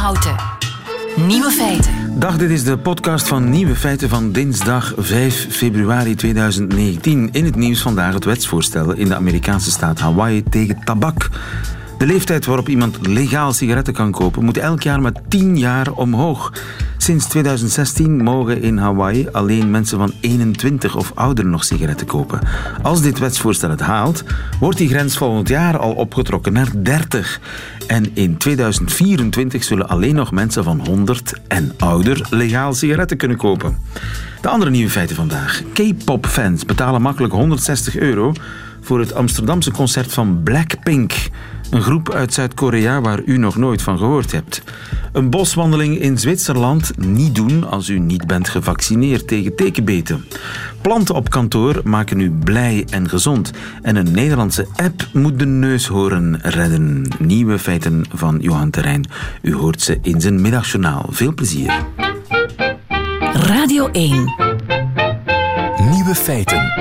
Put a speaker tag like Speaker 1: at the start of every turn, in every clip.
Speaker 1: Houten. Nieuwe feiten.
Speaker 2: Dag, dit is de podcast van Nieuwe Feiten van dinsdag 5 februari 2019. In het nieuws vandaag het wetsvoorstel in de Amerikaanse staat Hawaii tegen tabak. De leeftijd waarop iemand legaal sigaretten kan kopen moet elk jaar met 10 jaar omhoog. Sinds 2016 mogen in Hawaii alleen mensen van 21 of ouder nog sigaretten kopen. Als dit wetsvoorstel het haalt, wordt die grens volgend jaar al opgetrokken naar 30. En in 2024 zullen alleen nog mensen van 100 en ouder legaal sigaretten kunnen kopen. De andere nieuwe feiten vandaag. K-pop-fans betalen makkelijk €160 voor het Amsterdamse concert van Blackpink. Een groep uit Zuid-Korea waar u nog nooit van gehoord hebt. Een boswandeling in Zwitserland niet doen als u niet bent gevaccineerd tegen tekenbeten. Planten op kantoor maken u blij en gezond. En een Nederlandse app moet de neushoorn redden. Nieuwe feiten van Johan Terrein. U hoort ze in zijn middagjournaal. Veel plezier.
Speaker 1: Radio 1.
Speaker 3: Nieuwe feiten.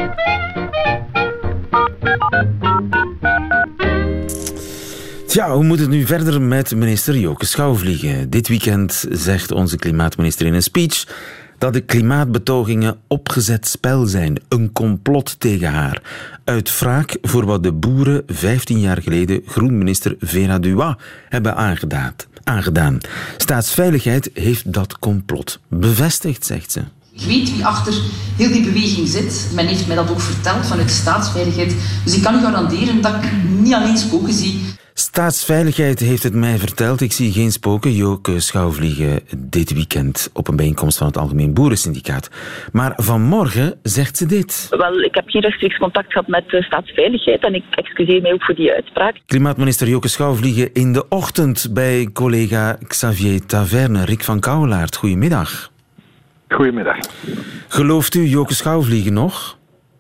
Speaker 2: Tja, hoe moet het nu verder met minister Joke Schouwvliegen? Dit weekend zegt onze klimaatminister in een speech dat de klimaatbetogingen opgezet spel zijn. Een complot tegen haar. Uit wraak voor wat de boeren 15 jaar geleden groenminister Vera Duy hebben aangedaan. Staatsveiligheid heeft dat complot bevestigd, zegt ze.
Speaker 4: Ik weet wie achter heel die beweging zit. Men heeft mij dat ook verteld vanuit de staatsveiligheid. Dus ik kan u garanderen dat ik niet alleen spoken zie.
Speaker 2: Staatsveiligheid heeft het mij verteld. Ik zie geen spoken. Joke Schouwvliegen dit weekend op een bijeenkomst van het Algemeen Boerensyndicaat. Maar vanmorgen zegt ze dit.
Speaker 5: Wel, ik heb geen rechtstreeks contact gehad met de staatsveiligheid en ik excuseer mij ook voor die uitspraak.
Speaker 2: Klimaatminister Joke Schouwvliegen in de ochtend bij collega Xavier Taverne. Rick van Kouwelaert, goedemiddag.
Speaker 6: Goedemiddag.
Speaker 2: Gelooft u Joke Schouwvliegen nog?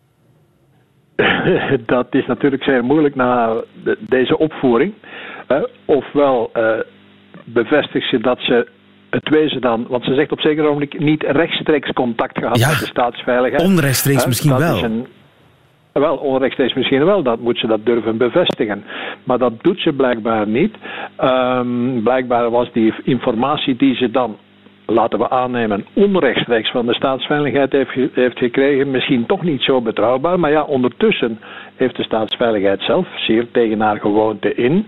Speaker 6: Dat is natuurlijk zeer moeilijk na deze opvoering. Ofwel bevestigt ze dat ze het wezen dan... Want ze zegt op zeker ogenblik niet rechtstreeks contact gehad met de staatsveiligheid.
Speaker 2: Onrechtstreeks misschien wel.
Speaker 6: Wel, onrechtstreeks misschien wel. Dat moet ze dat durven bevestigen. Maar dat doet ze blijkbaar niet. Blijkbaar was die informatie die ze dan, laten we aannemen, onrechtstreeks van de staatsveiligheid heeft gekregen, misschien toch niet zo betrouwbaar. Maar ja, ondertussen heeft de staatsveiligheid zelf, zeer tegen haar gewoonte in,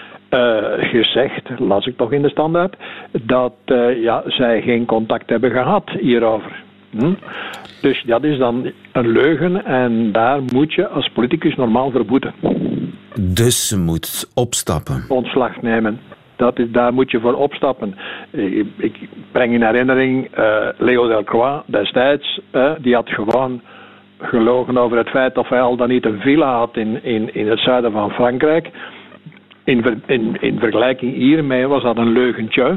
Speaker 6: gezegd, las ik toch in de standaard, dat zij geen contact hebben gehad hierover. Dus dat is dan een leugen en daar moet je als politicus normaal voor boeten.
Speaker 2: Dus ze moet opstappen.
Speaker 6: Ontslag nemen. Daar moet je voor opstappen. Ik breng in herinnering Leo Delcroix destijds. Die had gewoon gelogen over het feit of hij al dan niet een villa had in het zuiden van Frankrijk. In vergelijking hiermee was dat een leugentje.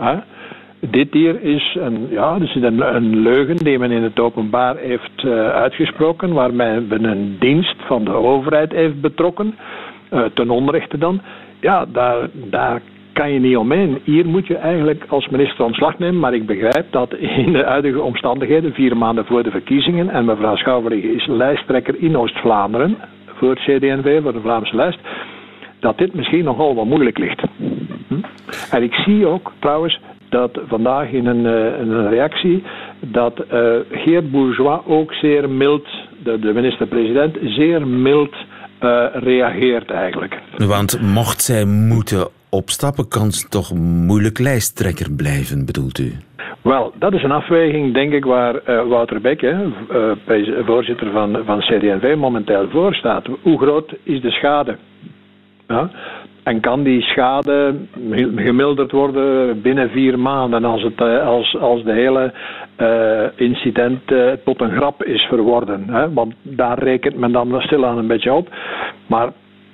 Speaker 6: Dit hier is een leugen die men in het openbaar heeft uitgesproken, waar men een dienst van de overheid heeft betrokken, ten onrechte dan. Ja, daar kan je niet omheen. Hier moet je eigenlijk als minister ontslag nemen, maar ik begrijp dat in de huidige omstandigheden, 4 maanden voor de verkiezingen, en mevrouw Schouwvliegen is lijsttrekker in Oost-Vlaanderen voor het CD&V, voor de Vlaamse lijst, dat dit misschien nogal wat moeilijk ligt. En ik zie ook trouwens dat vandaag in een reactie dat Geert Bourgeois ook zeer mild, de minister-president, zeer mild reageert eigenlijk.
Speaker 2: Want mocht zij moeten opstappen, kan ze toch moeilijk lijsttrekker blijven, bedoelt u?
Speaker 6: Wel, dat is een afweging, denk ik, waar Wouter Bek, voorzitter van CD&V, momenteel voor staat. Hoe groot is de schade? Ja? En kan die schade gemilderd worden binnen 4 maanden als de hele incident tot een grap is verworden? Hè? Want daar rekent men dan stilaan een beetje op. Maar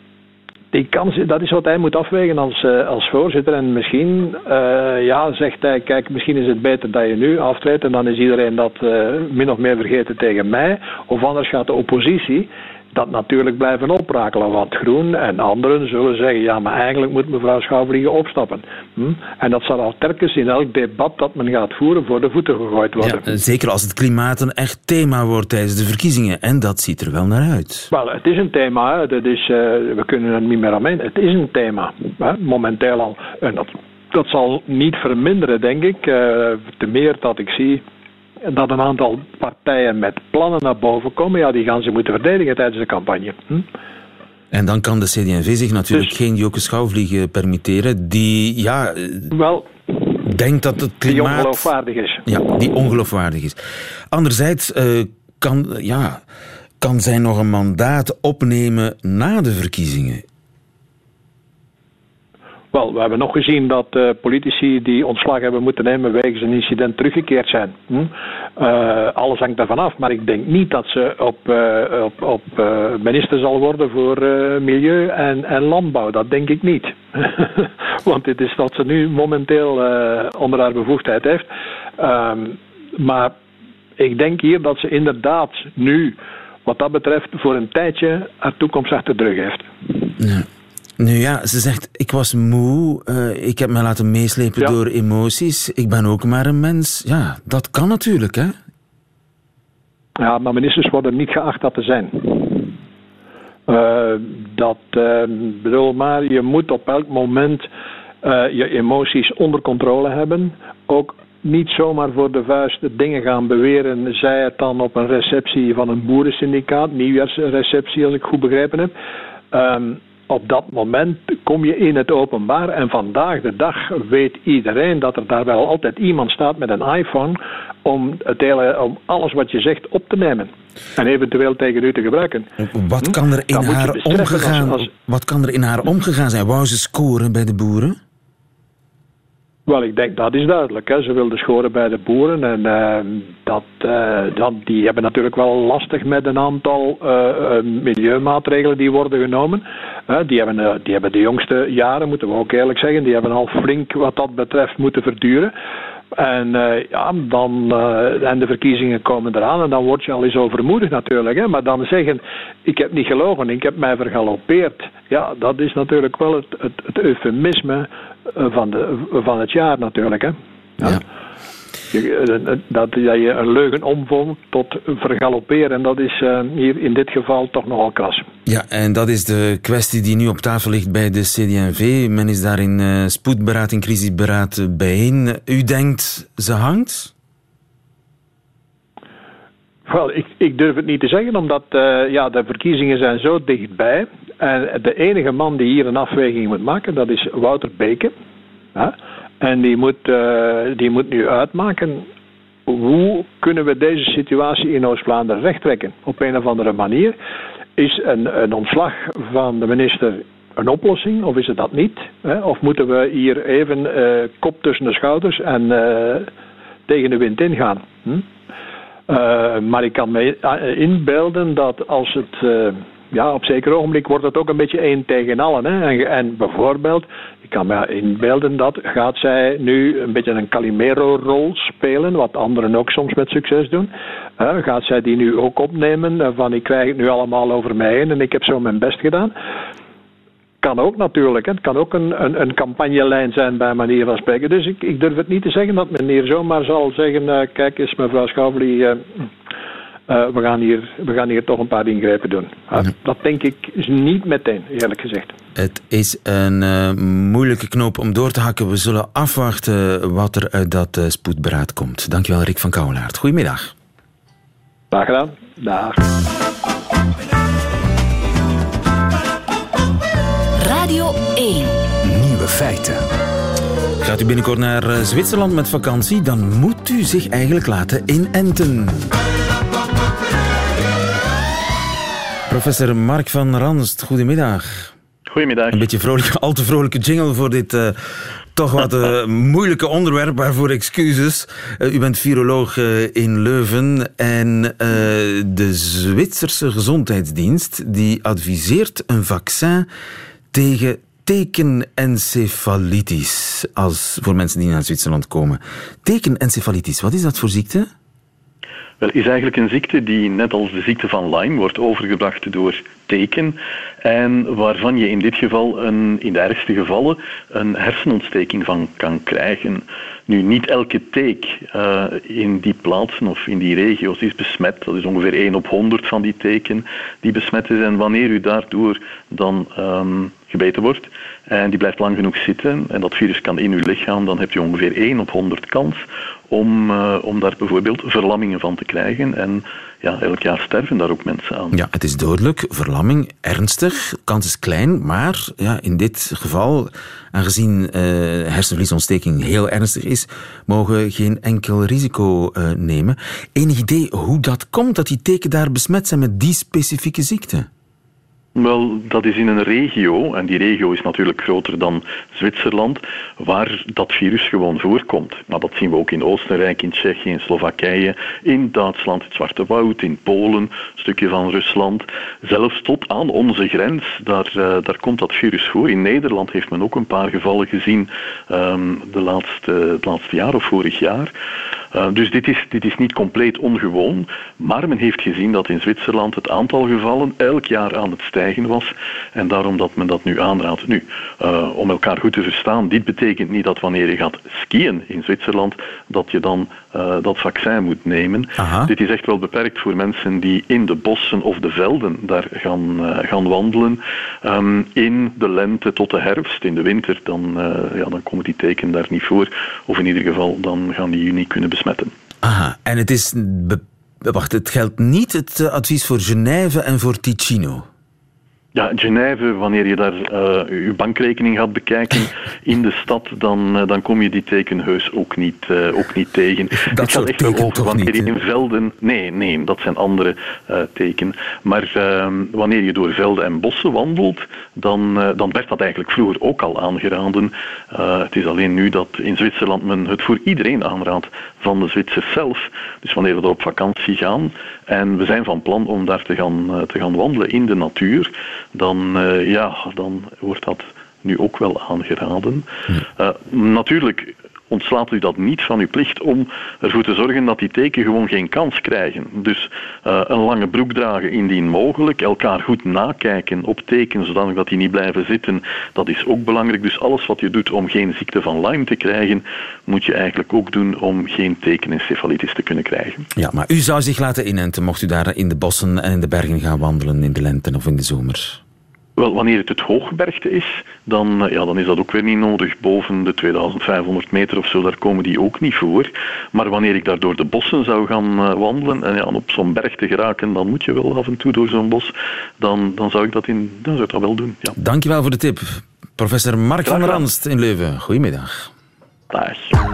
Speaker 6: dat is wat hij moet afwegen als voorzitter. En misschien zegt hij, kijk, misschien is het beter dat je nu aftreedt en dan is iedereen dat min of meer vergeten tegen mij. Of anders gaat de oppositie dat natuurlijk blijven oprakelen. Want Groen en anderen zullen zeggen, ja, maar eigenlijk moet mevrouw Schouwvliegen opstappen. En dat zal al telkens in elk debat dat men gaat voeren voor de voeten gegooid worden.
Speaker 2: Ja, zeker als het klimaat een echt thema wordt tijdens de verkiezingen. En dat ziet er wel naar uit.
Speaker 6: Wel, het is een thema. Dat is, we kunnen er niet meer omheen. Het is een thema. Momenteel al. En dat Dat zal niet verminderen, denk ik. Te meer dat ik zie dat een aantal partijen met plannen naar boven komen, ja, die gaan ze moeten verdedigen tijdens de campagne.
Speaker 2: En dan kan de CD&V zich natuurlijk geen Joke Schouwvliegen permitteren, die denkt dat het klimaat...
Speaker 6: Die ongeloofwaardig is.
Speaker 2: Ja, die ongeloofwaardig is. Anderzijds kan zij nog een mandaat opnemen na de verkiezingen.
Speaker 6: Wel, we hebben nog gezien dat politici die ontslag hebben moeten nemen wegens een incident teruggekeerd zijn. Alles hangt daarvan af, maar ik denk niet dat ze op minister zal worden voor milieu en landbouw. Dat denk ik niet. Want dit is wat ze nu momenteel onder haar bevoegdheid heeft. Maar ik denk hier dat ze inderdaad nu, wat dat betreft, voor een tijdje haar toekomst achter de rug heeft.
Speaker 2: Ja. Nu ja, ze zegt, ik was moe, ik heb me laten meeslepen door emoties, ik ben ook maar een mens. Ja, dat kan natuurlijk, hè?
Speaker 6: Ja, maar ministers worden niet geacht dat te zijn. Bedoel maar, je moet op elk moment je emoties onder controle hebben. Ook niet zomaar voor de vuist dingen gaan beweren, zij het dan op een receptie van een boerensyndicaat, nieuwjaarsreceptie als ik goed begrepen heb. Op dat moment kom je in het openbaar en vandaag de dag weet iedereen dat er daar wel altijd iemand staat met een iPhone om alles wat je zegt op te nemen en eventueel tegen u te gebruiken.
Speaker 2: Wat kan er in haar omgegaan zijn? Wou ze scoren bij de boeren?
Speaker 6: Wel, ik denk dat is duidelijk. Hè. Ze wilden scoren bij de boeren en die hebben natuurlijk wel lastig met een aantal milieumaatregelen die worden genomen. Die hebben de jongste jaren, moeten we ook eerlijk zeggen, die hebben al flink wat dat betreft moeten verduren. En de verkiezingen komen eraan en dan word je al eens overmoedig natuurlijk. Hè. Maar dan zeggen, ik heb niet gelogen, ik heb mij vergalopeerd. Ja, dat is natuurlijk wel het eufemisme van het jaar natuurlijk. Hè. Ja. Dat je een leugen omvormt tot vergalopperen. En dat is hier in dit geval toch nogal kras.
Speaker 2: Ja, en dat is de kwestie die nu op tafel ligt bij de CD&V. Men is daar in spoedberaad, in crisisberaad bijeen. U denkt, ze hangt?
Speaker 6: Wel, ik durf het niet te zeggen, omdat de verkiezingen zijn zo dichtbij. En de enige man die hier een afweging moet maken, dat is Wouter Beke. Ja? En die moet nu uitmaken, hoe kunnen we deze situatie in Oost-Vlaanderen rechttrekken? Op een of andere manier. Is een ontslag van de minister een oplossing, of is het dat niet? Of moeten we hier even kop tussen de schouders en tegen de wind ingaan? Maar ik kan me inbeelden dat als het... op zeker ogenblik wordt het ook een beetje één tegen allen. Hè? En bijvoorbeeld, ik kan me inbeelden dat gaat zij nu een beetje een Calimero-rol spelen, wat anderen ook soms met succes doen. Gaat zij die nu ook opnemen van ik krijg het nu allemaal over mij heen en ik heb zo mijn best gedaan. Kan ook natuurlijk. Hè? Het kan ook een campagnelijn zijn bij manier van spreken. Dus ik durf het niet te zeggen dat men hier zomaar zal zeggen, kijk eens mevrouw Schouwvlieg, we gaan hier toch een paar ingrepen doen. Dat denk ik is niet meteen, eerlijk gezegd.
Speaker 2: Het is een moeilijke knoop om door te hakken. We zullen afwachten wat er uit dat spoedberaad komt. Dankjewel, Rick van Kouwelaert. Goedemiddag.
Speaker 6: Dag gedaan. Dag.
Speaker 1: Radio 1.
Speaker 3: Nieuwe feiten.
Speaker 2: Gaat u binnenkort naar Zwitserland met vakantie, dan moet u zich eigenlijk laten inenten. Professor Mark van Ranst, goedemiddag.
Speaker 7: Goedemiddag.
Speaker 2: Een beetje al te vrolijke jingle voor dit toch wat moeilijke onderwerp, waarvoor excuses. U bent viroloog in Leuven en de Zwitserse Gezondheidsdienst die adviseert een vaccin tegen tekenencefalitis voor mensen die naar Zwitserland komen. Tekenencefalitis, wat is dat voor ziekte?
Speaker 7: Wel, is eigenlijk een ziekte die, net als de ziekte van Lyme, wordt overgebracht door teken en waarvan je in dit geval, in de ergste gevallen, een hersenontsteking van kan krijgen. Nu, niet elke teek in die plaatsen of in die regio's is besmet. Dat is ongeveer 1 op 100 van die teken die besmet is. En wanneer u daardoor dan gebeten wordt en die blijft lang genoeg zitten en dat virus kan in uw lichaam, dan hebt u ongeveer 1 op 100 kans om daar bijvoorbeeld verlammingen van te krijgen. En ja, elk jaar sterven daar ook mensen aan.
Speaker 2: Ja, het is dodelijk. Verlamming, ernstig. Kans is klein, maar ja, in dit geval, aangezien hersenvliesontsteking heel ernstig is, mogen we geen enkel risico nemen. Enig idee hoe dat komt dat die teken daar besmet zijn met die specifieke ziekte?
Speaker 7: Wel, dat is in een regio, en die regio is natuurlijk groter dan Zwitserland, waar dat virus gewoon voorkomt. Maar dat zien we ook in Oostenrijk, in Tsjechië, in Slowakije, in Duitsland, het Zwarte Woud, in Polen, een stukje van Rusland. Zelfs tot aan onze grens, daar komt dat virus voor. In Nederland heeft men ook een paar gevallen gezien het laatste jaar of vorig jaar. Dus dit is niet compleet ongewoon, maar men heeft gezien dat in Zwitserland het aantal gevallen elk jaar aan het stijgen was en daarom dat men dat nu aanraadt. Nu, om elkaar goed te verstaan, dit betekent niet dat wanneer je gaat skiën in Zwitserland, dat je dan dat vaccin moet nemen. Aha. Dit is echt wel beperkt voor mensen die in de bossen of de velden daar gaan wandelen. In de lente tot de herfst, in de winter, dan komen die tekenen daar niet voor. Of in ieder geval, dan gaan die je niet kunnen besmetten.
Speaker 2: Aha, en het is... het geldt niet het advies voor Genève en voor Ticino?
Speaker 7: Ja, Genève, wanneer je daar je bankrekening gaat bekijken in de stad, dan kom je die teken heus ook niet tegen.
Speaker 2: Dat
Speaker 7: gaat echt wel over wanneer je in velden... Nee, dat zijn andere teken. Maar wanneer je door velden en bossen wandelt, dan werd dat eigenlijk vroeger ook al aangeraden. Het is alleen nu dat in Zwitserland men het voor iedereen aanraadt van de Zwitsers zelf. Dus wanneer we op vakantie gaan en we zijn van plan om daar te gaan wandelen in de natuur, dan wordt dat nu ook wel aangeraden. Natuurlijk ontslaat u dat niet van uw plicht om ervoor te zorgen dat die teken gewoon geen kans krijgen. Dus een lange broek dragen indien mogelijk, elkaar goed nakijken op tekens zodat die niet blijven zitten, dat is ook belangrijk. Dus alles wat je doet om geen ziekte van Lyme te krijgen, moet je eigenlijk ook doen om geen tekenencefalitis te kunnen krijgen.
Speaker 2: Ja, maar u zou zich laten inenten mocht u daar in de bossen en in de bergen gaan wandelen in de lente of in de zomer?
Speaker 7: Wel, wanneer het hooggebergte is, dan is dat ook weer niet nodig. Boven de 2500 meter of zo, daar komen die ook niet voor. Maar wanneer ik daar door de bossen zou gaan wandelen en op zo'n berg te geraken, dan moet je wel af en toe door zo'n bos, dan zou ik dat wel doen. Ja.
Speaker 2: Dankjewel voor de tip. Professor Mark van Ranst in Leuven. Goedemiddag.
Speaker 7: Dag.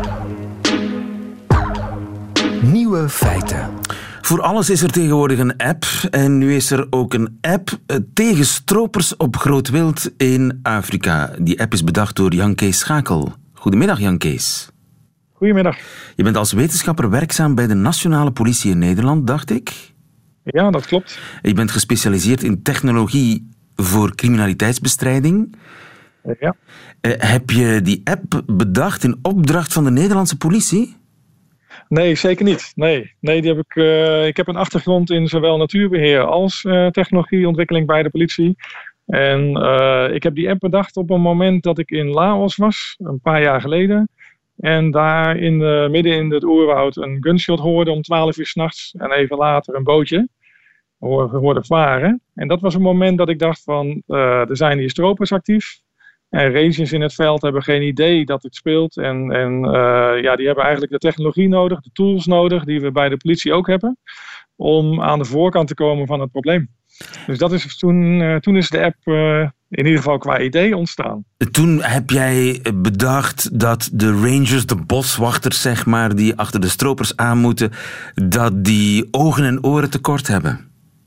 Speaker 3: Nieuwe feiten.
Speaker 2: Voor alles is er tegenwoordig een app. En nu is er ook een app tegen stropers op groot wild in Afrika. Die app is bedacht door Jan Kees Schakel. Goedemiddag, Jan Kees.
Speaker 8: Goedemiddag.
Speaker 2: Je bent als wetenschapper werkzaam bij de Nationale Politie in Nederland, dacht ik?
Speaker 8: Ja, dat klopt.
Speaker 2: Je bent gespecialiseerd in technologie voor criminaliteitsbestrijding.
Speaker 8: Ja.
Speaker 2: Heb je die app bedacht in opdracht van de Nederlandse politie?
Speaker 8: Nee, zeker niet. Nee, die heb ik heb een achtergrond in zowel natuurbeheer als technologieontwikkeling bij de politie. En ik heb die app bedacht op een moment dat ik in Laos was, een paar jaar geleden. En daar midden in het oerwoud een gunshot hoorde om 12 uur 's nachts. En even later een bootje hoorde varen. En dat was een moment dat ik dacht van, er zijn hier stropers actief. En rangers in het veld hebben geen idee dat dit speelt. En die hebben eigenlijk de technologie nodig, de tools nodig, die we bij de politie ook hebben, om aan de voorkant te komen van het probleem. Dus dat is toen is de app in ieder geval qua idee ontstaan.
Speaker 2: Toen heb jij bedacht dat de rangers, de boswachters zeg maar, die achter de stropers aan moeten, dat die ogen en oren tekort hebben.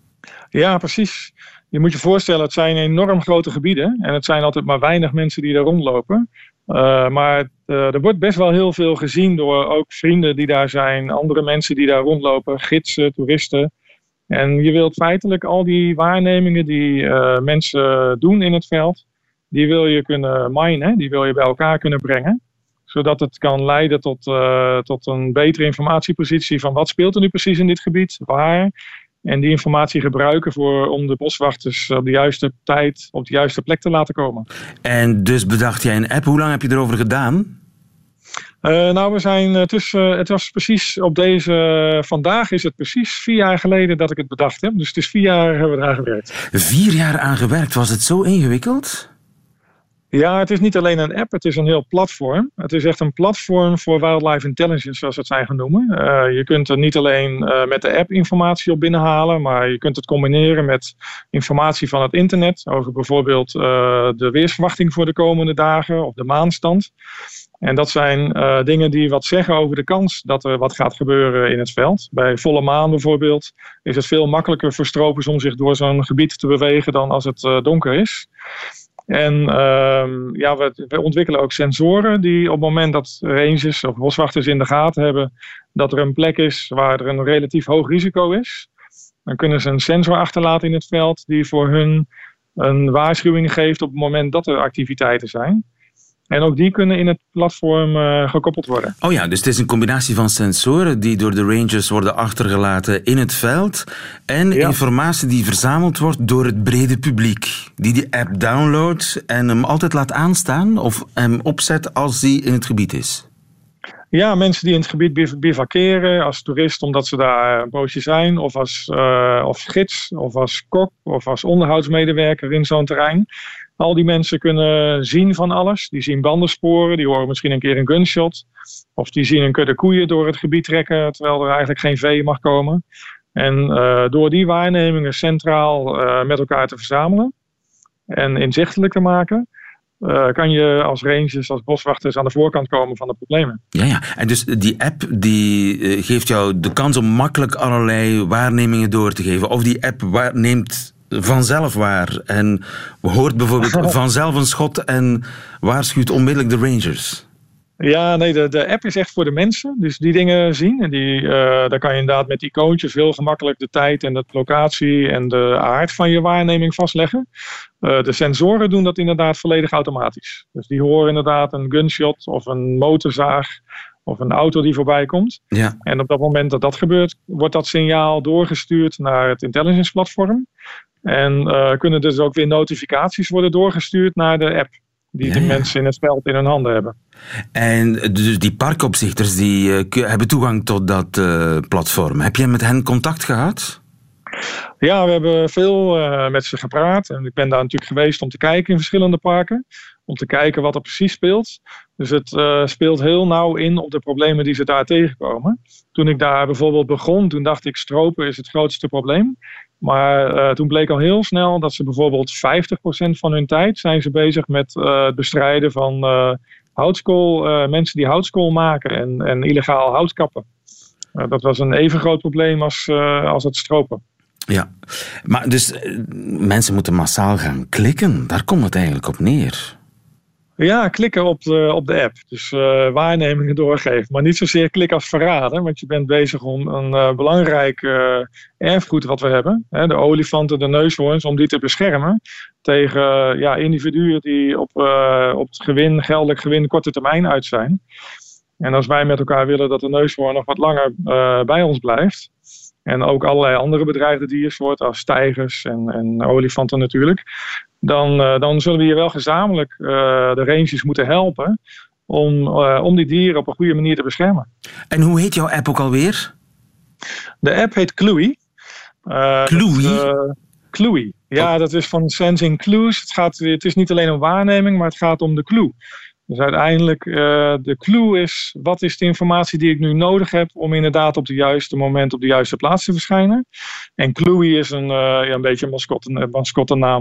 Speaker 8: Ja, precies. Je moet je voorstellen, het zijn enorm grote gebieden. En het zijn altijd maar weinig mensen die daar rondlopen. Maar er wordt best wel heel veel gezien door ook vrienden die daar zijn. Andere mensen die daar rondlopen. Gidsen, toeristen. En je wilt feitelijk al die waarnemingen die mensen doen in het veld. Die wil je kunnen minen. Die wil je bij elkaar kunnen brengen. Zodat het kan leiden tot een betere informatiepositie. Van wat speelt er nu precies in dit gebied? Waar? En die informatie gebruiken om de boswachters op de juiste tijd op de juiste plek te laten komen.
Speaker 2: En dus bedacht jij een app. Hoe lang heb je erover gedaan?
Speaker 8: We zijn het was precies op vandaag is het precies 4 jaar geleden dat ik het bedacht heb. Dus het is 4 jaar hebben we eraan gewerkt.
Speaker 2: 4 jaar aan gewerkt, was het zo ingewikkeld?
Speaker 8: Ja, het is niet alleen een app, het is een heel platform. Het is echt een platform voor wildlife intelligence, zoals we het zijn gaan noemen. Je kunt er niet alleen met de app informatie op binnenhalen, maar je kunt het combineren met informatie van het internet, over bijvoorbeeld de weersverwachting voor de komende dagen of de maanstand. En dat zijn dingen die wat zeggen over de kans dat er wat gaat gebeuren in het veld. Bij volle maan bijvoorbeeld is het veel makkelijker voor stropers om zich door zo'n gebied te bewegen dan als het donker is. En we ontwikkelen ook sensoren die op het moment dat rangers of boswachters in de gaten hebben dat er een plek is waar er een relatief hoog risico is, dan kunnen ze een sensor achterlaten in het veld die voor hun een waarschuwing geeft op het moment dat er activiteiten zijn. En ook die kunnen in het platform gekoppeld worden.
Speaker 2: Oh ja, dus het is een combinatie van sensoren die door de rangers worden achtergelaten in het veld en informatie die verzameld wordt door het brede publiek. Die app downloadt en hem altijd laat aanstaan of hem opzet als die in het gebied is.
Speaker 8: Ja, mensen die in het gebied bivakeren als toerist omdat ze daar een poosje zijn, of als gids, of als kok, of als onderhoudsmedewerker in zo'n terrein. Al die mensen kunnen zien van alles. Die zien bandensporen, die horen misschien een keer een gunshot. Of die zien een kudde koeien door het gebied trekken, terwijl er eigenlijk geen vee mag komen. En door die waarnemingen centraal met elkaar te verzamelen en inzichtelijk te maken, kan je als rangers, als boswachters aan de voorkant komen van de problemen.
Speaker 2: Ja. En dus die app die geeft jou de kans om makkelijk allerlei waarnemingen door te geven. Of die app neemt vanzelf waar en hoort bijvoorbeeld vanzelf een schot en waarschuwt onmiddellijk de rangers.
Speaker 8: Ja, nee, de app is echt voor de mensen. Dus die dingen zien. En daar kan je inderdaad met icoontjes heel gemakkelijk de tijd en de locatie en de aard van je waarneming vastleggen. De sensoren doen dat inderdaad volledig automatisch. Dus die horen inderdaad een gunshot of een motorzaag of een auto die voorbij komt.
Speaker 2: Ja.
Speaker 8: En op dat moment dat gebeurt, wordt dat signaal doorgestuurd naar het intelligence platform. En kunnen dus ook weer notificaties worden doorgestuurd naar de app die de mensen in het veld in hun handen hebben.
Speaker 2: En dus die parkopzichters die hebben toegang tot dat platform. Heb jij met hen contact gehad?
Speaker 8: Ja, we hebben veel met ze gepraat. En ik ben daar natuurlijk geweest om te kijken in verschillende parken. Om te kijken wat er precies speelt. Dus het speelt heel nauw in op de problemen die ze daar tegenkomen. Toen ik daar bijvoorbeeld begon, toen dacht ik stropen is het grootste probleem. Maar toen bleek al heel snel dat ze bijvoorbeeld 50% van hun tijd zijn ze bezig met het bestrijden van houtskool. Mensen die houtskool maken en illegaal hout kappen. Dat was een even groot probleem als het stropen.
Speaker 2: Ja, maar dus mensen moeten massaal gaan klikken. Daar komt het eigenlijk op neer.
Speaker 8: Ja, klikken op de app. Dus waarnemingen doorgeven. Maar niet zozeer klik als verraden. Want je bent bezig om een belangrijk erfgoed wat we hebben. De olifanten, de neushoorns, om die te beschermen. Tegen individuen die op het geldelijk gewin korte termijn uit zijn. En als wij met elkaar willen dat de neushoorn nog wat langer bij ons blijft. En ook allerlei andere bedreigde diersoorten als tijgers en olifanten natuurlijk. Dan zullen we hier wel gezamenlijk de rangers moeten helpen om die dieren op een goede manier te beschermen.
Speaker 2: En hoe heet jouw app ook alweer?
Speaker 8: De app heet Cluey.
Speaker 2: Cluey?
Speaker 8: Cluey. Ja, dat is van Sensing Clues. Het is niet alleen een waarneming, maar het gaat om de clue. Dus uiteindelijk, de clue is, wat is de informatie die ik nu nodig heb om inderdaad op het juiste moment op de juiste plaats te verschijnen. En Cluey is een beetje een mascottenaam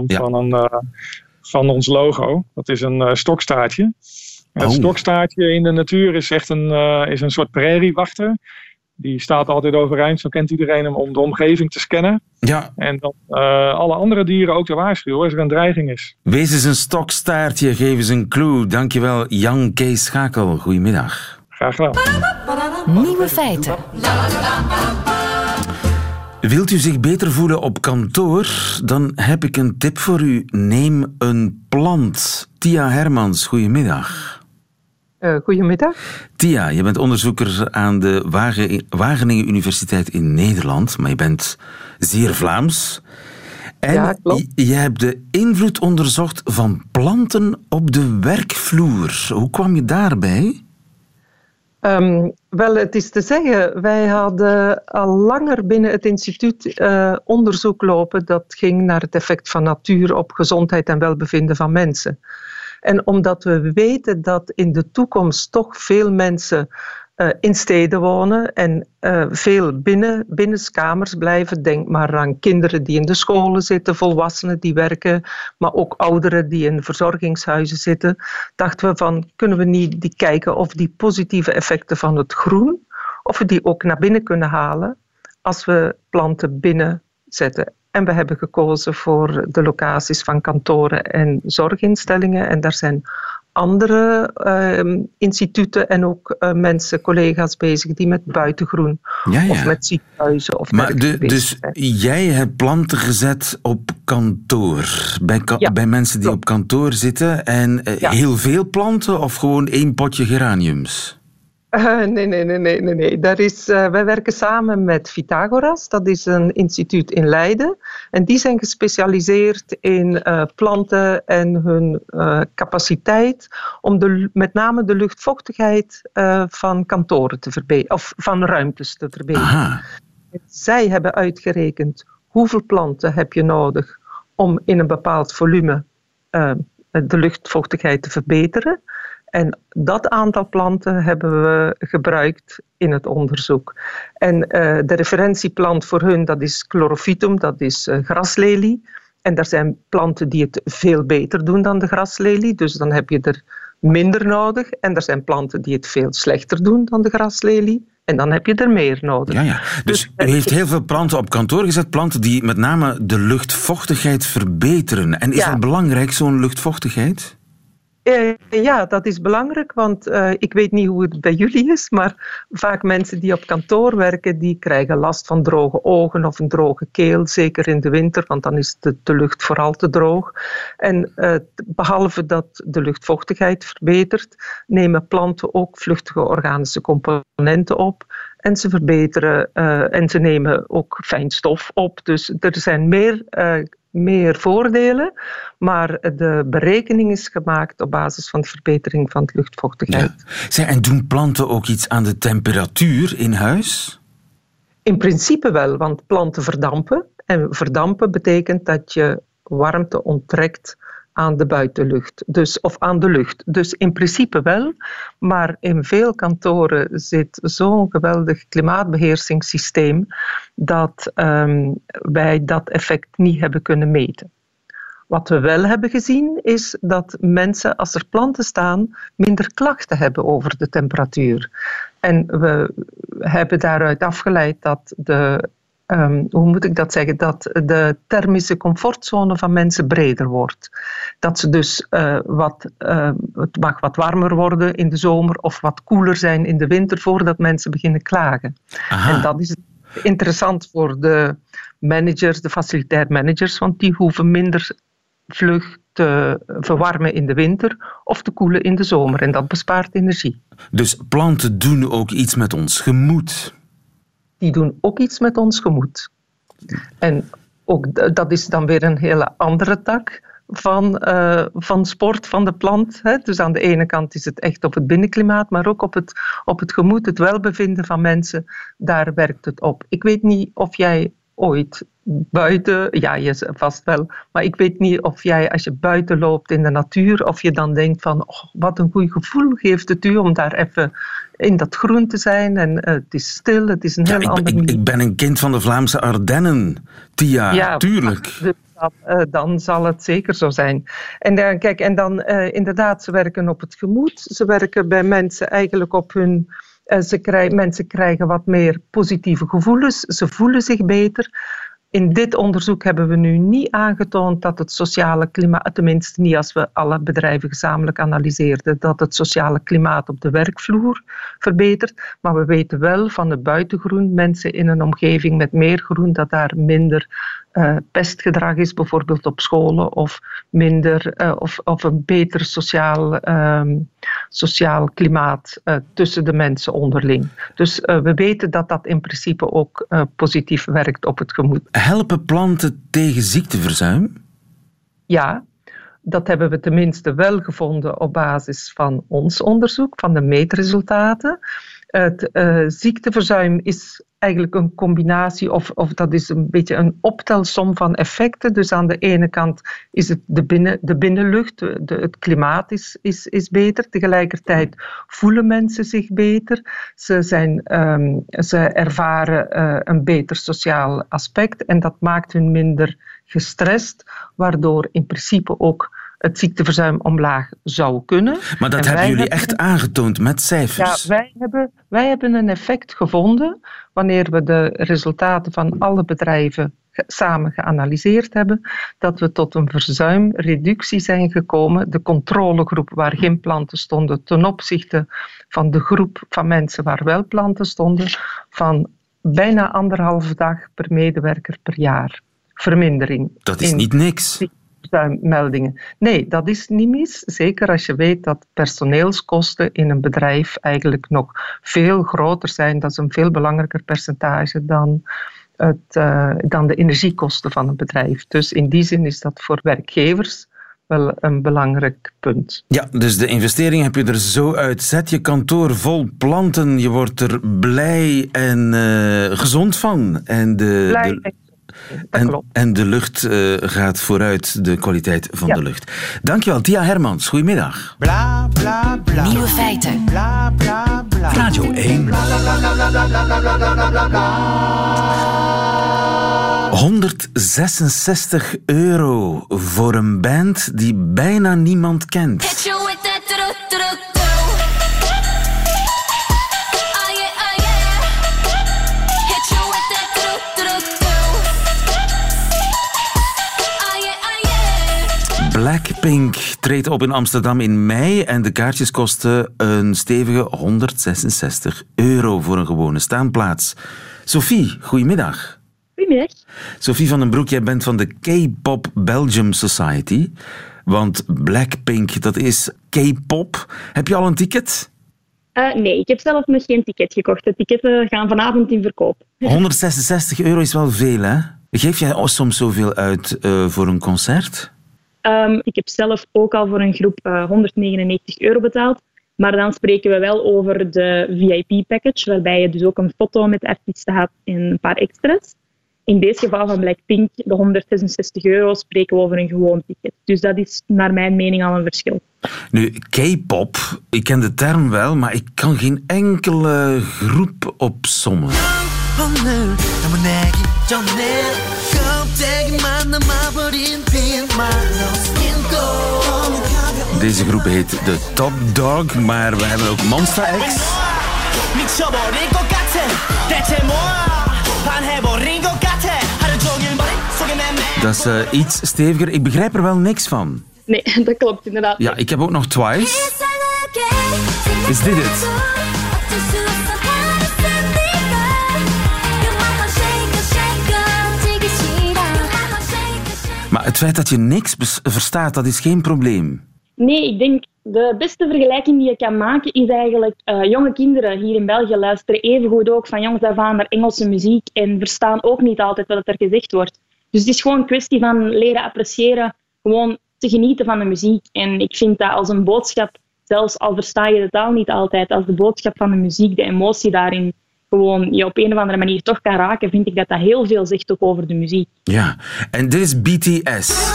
Speaker 8: van ons logo. Dat is een stokstaartje. En het stokstaartje in de natuur is echt een soort prairiewachter. Die staat altijd overeind, zo kent iedereen hem, om de omgeving te scannen.
Speaker 2: Ja.
Speaker 8: En dan alle andere dieren ook te waarschuwen als er een dreiging is.
Speaker 2: Wees eens een stokstaartje, geef eens een clue. Dankjewel, Jan Kees Schakel. Goedemiddag.
Speaker 8: Graag gedaan.
Speaker 1: Nieuwe feiten.
Speaker 2: Wilt u zich beter voelen op kantoor? Dan heb ik een tip voor u. Neem een plant. Tia Hermans, goedemiddag.
Speaker 9: Goedemiddag.
Speaker 2: Tia, je bent onderzoeker aan de Wageningen Universiteit in Nederland, maar je bent zeer Vlaams. En
Speaker 9: ja, klopt.
Speaker 2: Je hebt de invloed onderzocht van planten op de werkvloer. Hoe kwam je daarbij?
Speaker 9: Wel, het is te zeggen, wij hadden al langer binnen het instituut onderzoek lopen dat ging naar het effect van natuur op gezondheid en welbevinden van mensen. En omdat we weten dat in de toekomst toch veel mensen in steden wonen en veel binnenskamers blijven. Denk maar aan kinderen die in de scholen zitten, volwassenen die werken, maar ook ouderen die in verzorgingshuizen zitten. Dachten we van, kunnen we niet kijken of die positieve effecten van het groen, of we die ook naar binnen kunnen halen als we planten binnen zetten. En we hebben gekozen voor de locaties van kantoren en zorginstellingen. En daar zijn andere instituten en ook mensen, collega's bezig die met buitengroen of met ziekenhuizen of
Speaker 2: dus jij hebt planten gezet op kantoor, bij mensen die op kantoor zitten en heel veel planten of gewoon 1 potje geraniums?
Speaker 9: Nee. Wij werken samen met Vitagoras. Dat is een instituut in Leiden. En die zijn gespecialiseerd in planten en hun capaciteit om met name de luchtvochtigheid van kantoren te verbeteren, of van ruimtes te verbeteren. Zij hebben uitgerekend hoeveel planten heb je nodig om in een bepaald volume de luchtvochtigheid te verbeteren. En dat aantal planten hebben we gebruikt in het onderzoek. En de referentieplant voor hun, dat is Chlorophytum, dat is graslelie. En er zijn planten die het veel beter doen dan de graslelie, dus dan heb je er minder nodig. En er zijn planten die het veel slechter doen dan de graslelie. En dan heb je er meer nodig.
Speaker 2: Ja. Dus u heeft heel veel planten op kantoor gezet, planten die met name de luchtvochtigheid verbeteren. En is dat belangrijk, zo'n luchtvochtigheid?
Speaker 9: Ja, dat is belangrijk, want ik weet niet hoe het bij jullie is, maar vaak mensen die op kantoor werken, die krijgen last van droge ogen of een droge keel, zeker in de winter, want dan is de lucht vooral te droog. En behalve dat de luchtvochtigheid verbetert, nemen planten ook vluchtige organische componenten op. En ze verbeteren en ze nemen ook fijnstof op. Dus er zijn meer voordelen, maar de berekening is gemaakt op basis van de verbetering van de luchtvochtigheid.
Speaker 2: Ja. En doen planten ook iets aan de temperatuur in huis?
Speaker 9: In principe wel, want planten verdampen. En verdampen betekent dat je warmte onttrekt aan de buitenlucht, of aan de lucht. Dus in principe wel, maar in veel kantoren zit zo'n geweldig klimaatbeheersingssysteem dat wij dat effect niet hebben kunnen meten. Wat we wel hebben gezien is dat mensen, als er planten staan, minder klachten hebben over de temperatuur. En we hebben daaruit afgeleid dat dat de thermische comfortzone van mensen breder wordt. Dat ze dus het mag wat warmer worden in de zomer of wat koeler zijn in de winter voordat mensen beginnen klagen. Aha. En dat is interessant voor de managers, de facilitair managers, want die hoeven minder vlug te verwarmen in de winter of te koelen in de zomer. En dat bespaart energie.
Speaker 2: Dus planten doen ook iets met ons gemoed?
Speaker 9: Die doen ook iets met ons gemoed. En ook dat is dan weer een hele andere tak van sport van de plant. Hè. Dus aan de ene kant is het echt op het binnenklimaat, maar ook op het gemoed, het welbevinden van mensen. Daar werkt het op. Ik weet niet of jij ooit buiten, ja, je vast wel, maar ik weet niet of jij als je buiten loopt in de natuur, of je dan denkt van, wat een goed gevoel geeft het u om daar even in dat groen te zijn en het is stil, het is een heel ander...
Speaker 2: Ik ben een kind van de Vlaamse Ardennen, Tia, tuurlijk.
Speaker 9: Dan zal het zeker zo zijn. En inderdaad, ze werken op het gemoed, ze werken bij mensen eigenlijk op hun... Mensen krijgen wat meer positieve gevoelens, ze voelen zich beter. In dit onderzoek hebben we nu niet aangetoond dat het sociale klimaat, tenminste niet als we alle bedrijven gezamenlijk analyseerden, dat het sociale klimaat op de werkvloer verbetert. Maar we weten wel van het buitengroen, mensen in een omgeving met meer groen, dat daar minder pestgedrag is, bijvoorbeeld op scholen, of minder of een beter sociaal klimaat tussen de mensen onderling. Dus we weten dat dat in principe ook positief werkt op het gemoed.
Speaker 2: Helpen planten tegen ziekteverzuim?
Speaker 9: Ja, dat hebben we tenminste wel gevonden op basis van ons onderzoek, van de meetresultaten. Het ziekteverzuim is eigenlijk een combinatie of dat is een beetje een optelsom van effecten. Dus aan de ene kant is het de binnenlucht, het klimaat is beter. Tegelijkertijd voelen mensen zich beter. Ze ervaren een beter sociaal aspect en dat maakt hun minder gestrest, waardoor in principe ook het ziekteverzuim omlaag zou kunnen.
Speaker 2: Maar dat hebben jullie echt aangetoond met cijfers?
Speaker 9: Ja, wij hebben een effect gevonden wanneer we de resultaten van alle bedrijven samen geanalyseerd hebben, dat we tot een verzuimreductie zijn gekomen. De controlegroep waar geen planten stonden ten opzichte van de groep van mensen waar wel planten stonden, van bijna 1,5 dag per medewerker per jaar. Vermindering.
Speaker 2: Dat is niet niks.
Speaker 9: Meldingen. Nee, dat is niet mis. Zeker als je weet dat personeelskosten in een bedrijf eigenlijk nog veel groter zijn. Dat is een veel belangrijker percentage dan de energiekosten van een bedrijf. Dus in die zin is dat voor werkgevers wel een belangrijk punt.
Speaker 2: Ja, dus de investering heb je er zo uit. Zet je kantoor vol planten. Je wordt er blij en gezond van. En En de lucht gaat vooruit, de kwaliteit van de lucht. Dankjewel, Tia Hermans. Goedemiddag.
Speaker 3: Bla, bla, bla.
Speaker 1: Nieuwe feiten.
Speaker 3: Bla, bla, bla. Radio 1. Bla, bla, bla, bla, bla, bla, bla, bla, bla.
Speaker 2: 166 euro voor een band die bijna niemand kent. Blackpink treedt op in Amsterdam in mei en de kaartjes kosten een stevige 166 euro voor een gewone staanplaats. Sophie, goedemiddag.
Speaker 10: Goedemiddag.
Speaker 2: Sophie van den Broek, jij bent van de K-Pop Belgium Society, want Blackpink, dat is K-pop. Heb je al een ticket?
Speaker 10: Nee, ik heb zelf nog geen ticket gekocht. De ticketten gaan vanavond in verkoop.
Speaker 2: 166 euro is wel veel, hè? Geef jij soms zoveel uit voor een concert?
Speaker 10: Ik heb zelf ook al voor een groep 199 euro betaald. Maar dan spreken we wel over de VIP-package, waarbij je dus ook een foto met de artiesten had en een paar extra's. In dit geval van Blackpink, de 166 euro, spreken we over een gewoon ticket. Dus dat is naar mijn mening al een verschil.
Speaker 2: Nu, K-pop, ik ken de term wel, maar ik kan geen enkele groep opsommen. Deze groep heet de Top Dog, maar we hebben ook Monsta X. Dat is iets steviger. Ik begrijp er wel niks van.
Speaker 10: Nee, dat klopt inderdaad.
Speaker 2: Ja, ik heb ook nog Twice. Is dit het? Maar het feit dat je niks verstaat, dat is geen probleem.
Speaker 10: Nee, ik denk de beste vergelijking die je kan maken is eigenlijk jonge kinderen hier in België luisteren evengoed ook van jongs af aan naar Engelse muziek en verstaan ook niet altijd wat er gezegd wordt. Dus het is gewoon een kwestie van leren appreciëren, gewoon te genieten van de muziek. En ik vind dat als een boodschap, zelfs al versta je de taal niet altijd, als de boodschap van de muziek, de emotie daarin gewoon je op een of andere manier toch kan raken, vind ik dat dat heel veel zegt ook over de muziek.
Speaker 2: Ja, en dit is BTS.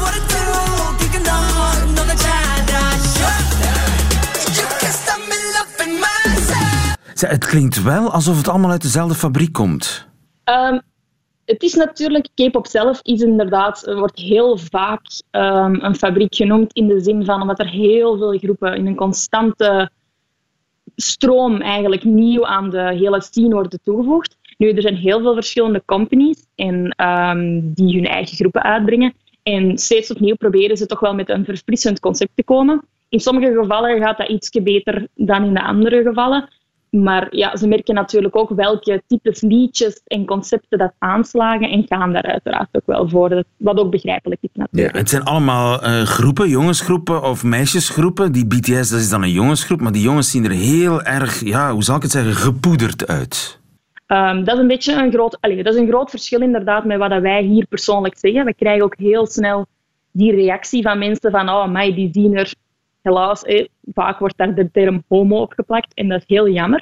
Speaker 2: Het klinkt wel alsof het allemaal uit dezelfde fabriek komt.
Speaker 10: Het is natuurlijk, K-pop zelf is inderdaad, wordt heel vaak een fabriek genoemd in de zin van omdat er heel veel groepen in een constante stroom eigenlijk nieuw aan de hele scene worden toegevoegd. Nu, er zijn heel veel verschillende companies die hun eigen groepen uitbrengen. En steeds opnieuw proberen ze toch wel met een verfrissend concept te komen. In sommige gevallen gaat dat ietsje beter dan in de andere gevallen. Maar ja, ze merken natuurlijk ook welke types liedjes en concepten dat aanslagen en gaan daar uiteraard ook wel voor. Wat ook begrijpelijk is natuurlijk.
Speaker 2: Ja, het zijn allemaal groepen, jongensgroepen of meisjesgroepen. Die BTS, dat is dan een jongensgroep, maar die jongens zien er heel erg, ja, hoe zal ik het zeggen, gepoederd uit.
Speaker 10: Dat is een beetje een groot verschil inderdaad met wat wij hier persoonlijk zeggen. We krijgen ook heel snel die reactie van mensen van oh, amai, die zien er helaas, vaak wordt daar de term homo opgeplakt en dat is heel jammer.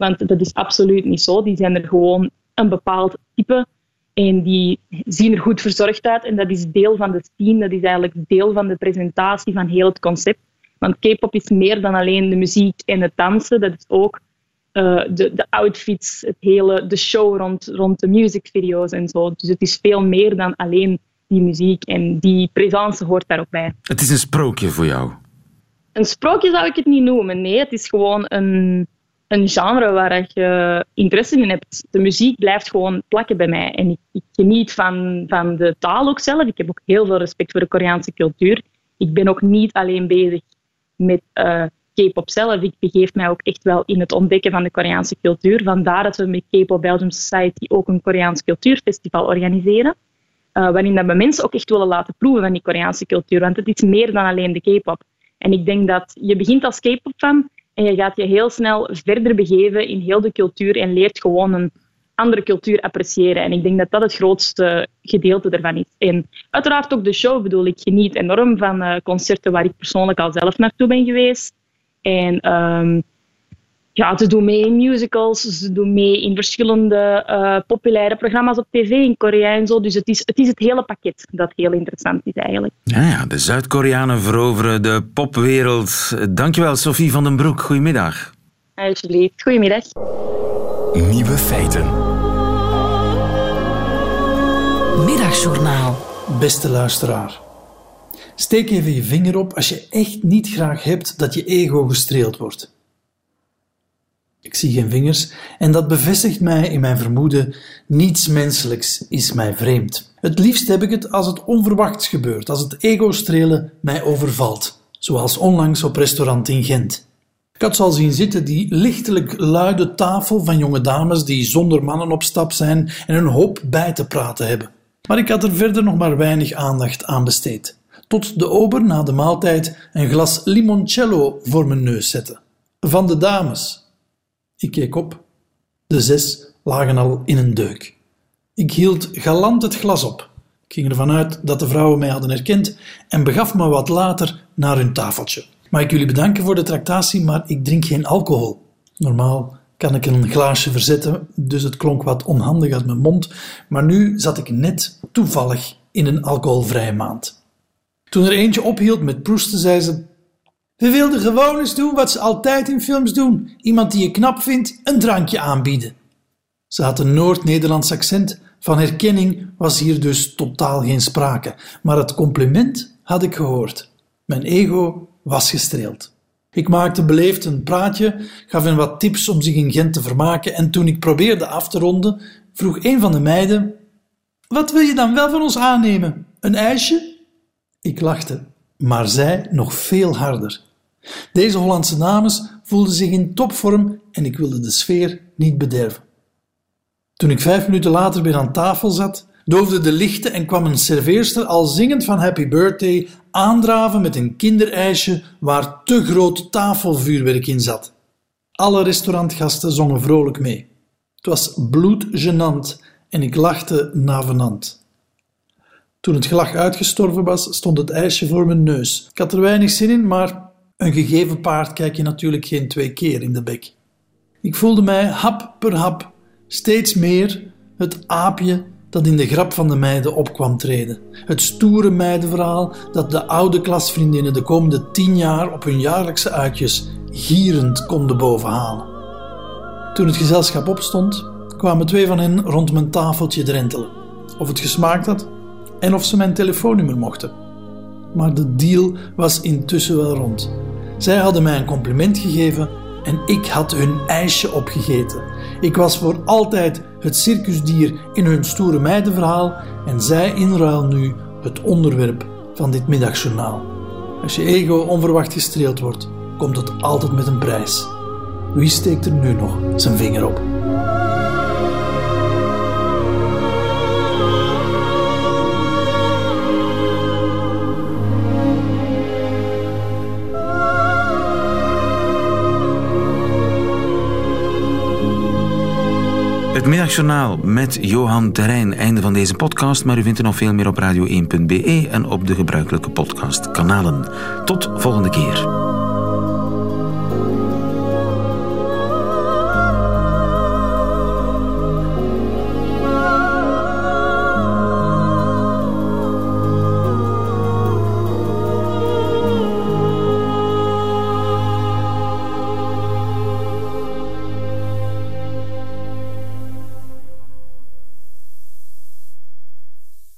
Speaker 10: Want dat is absoluut niet zo. Die zijn er gewoon een bepaald type en die zien er goed verzorgd uit. En dat is deel van de scene, dat is eigenlijk deel van de presentatie van heel het concept. Want K-pop is meer dan alleen de muziek en het dansen. Dat is ook de outfits, de show rond de musicvideo's en zo. Dus het is veel meer dan alleen die muziek en die presence hoort daar ook bij.
Speaker 2: Het is een sprookje voor jou?
Speaker 10: Een sprookje zou ik het niet noemen. Nee, het is gewoon een genre waar je interesse in hebt. De muziek blijft gewoon plakken bij mij. En ik geniet van de taal ook zelf. Ik heb ook heel veel respect voor de Koreaanse cultuur. Ik ben ook niet alleen bezig met K-pop zelf. Ik begeef mij ook echt wel in het ontdekken van de Koreaanse cultuur. Vandaar dat we met K-pop Belgium Society ook een Koreaans cultuurfestival organiseren. Waarin dat we mensen ook echt willen laten proeven van die Koreaanse cultuur. Want het is meer dan alleen de K-pop. En ik denk dat je begint als K-pop-fan en je gaat je heel snel verder begeven in heel de cultuur en leert gewoon een andere cultuur appreciëren. En ik denk dat dat het grootste gedeelte ervan is. En uiteraard ook de show. Ik bedoel, ik geniet enorm van concerten waar ik persoonlijk al zelf naartoe ben geweest. En ze doen mee in musicals, ze doen mee in verschillende populaire programma's op tv in Korea en zo. Dus het is het hele pakket dat heel interessant is eigenlijk.
Speaker 2: Ja, de Zuid-Koreanen veroveren de popwereld. Dankjewel, Sophie van den Broek. Goedemiddag.
Speaker 10: Alsjeblieft, goedemiddag.
Speaker 3: Nieuwe feiten.
Speaker 1: Middagjournaal.
Speaker 11: Beste luisteraar. Steek even je vinger op als je echt niet graag hebt dat je ego gestreeld wordt. Ik zie geen vingers en dat bevestigt mij in mijn vermoeden: niets menselijks is mij vreemd. Het liefst heb ik het als het onverwachts gebeurt, als het ego-strelen mij overvalt. Zoals onlangs op restaurant in Gent. Ik had ze al zien zitten, die lichtelijk luide tafel van jonge dames die zonder mannen op stap zijn en een hoop bij te praten hebben. Maar ik had er verder nog maar weinig aandacht aan besteed. Tot de ober na de maaltijd een glas limoncello voor mijn neus zette. Van de dames. Ik keek op. De 6 lagen al in een deuk. Ik hield galant het glas op. Ik ging ervan uit dat de vrouwen mij hadden herkend en begaf me wat later naar hun tafeltje. Mag ik jullie bedanken voor de tractatie, maar ik drink geen alcohol. Normaal kan ik een glaasje verzetten, dus het klonk wat onhandig uit mijn mond, maar nu zat ik net toevallig in een alcoholvrije maand. Toen er eentje ophield met proesten, zei ze: we wilden gewoon eens doen wat ze altijd in films doen. Iemand die je knap vindt, een drankje aanbieden. Ze had een Noord-Nederlands accent. Van herkenning was hier dus totaal geen sprake. Maar het compliment had ik gehoord. Mijn ego was gestreeld. Ik maakte beleefd een praatje, gaf hen wat tips om zich in Gent te vermaken en toen ik probeerde af te ronden, vroeg een van de meiden: wat wil je dan wel van ons aannemen? Een ijsje? Ik lachte, maar zij nog veel harder. Deze Hollandse dames voelden zich in topvorm en ik wilde de sfeer niet bederven. Toen ik 5 minuten later weer aan tafel zat, doofden de lichten en kwam een serveerster al zingend van Happy Birthday aandraven met een kinderijsje waar te groot tafelvuurwerk in zat. Alle restaurantgasten zongen vrolijk mee. Het was bloedgenant en ik lachte navenant. Toen het gelach uitgestorven was, stond het ijsje voor mijn neus. Ik had er weinig zin in, maar een gegeven paard kijk je natuurlijk geen 2 keer in de bek. Ik voelde mij hap per hap steeds meer het aapje dat in de grap van de meiden op kwam treden. Het stoere meidenverhaal dat de oude klasvriendinnen de komende 10 jaar op hun jaarlijkse uitjes gierend konden bovenhalen. Toen het gezelschap opstond, kwamen 2 van hen rond mijn tafeltje drentelen. Of het gesmaakt had en of ze mijn telefoonnummer mochten. Maar de deal was intussen wel rond. Zij hadden mij een compliment gegeven en ik had hun ijsje opgegeten. Ik was voor altijd het circusdier in hun stoere meidenverhaal en zij in ruil nu het onderwerp van dit middagjournaal. Als je ego onverwacht gestreeld wordt, komt het altijd met een prijs. Wie steekt er nu nog zijn vinger op?
Speaker 2: Het middagjournaal met Johan Terrein. Einde van deze podcast, maar u vindt er nog veel meer op radio1.be en op de gebruikelijke podcastkanalen. Tot volgende keer.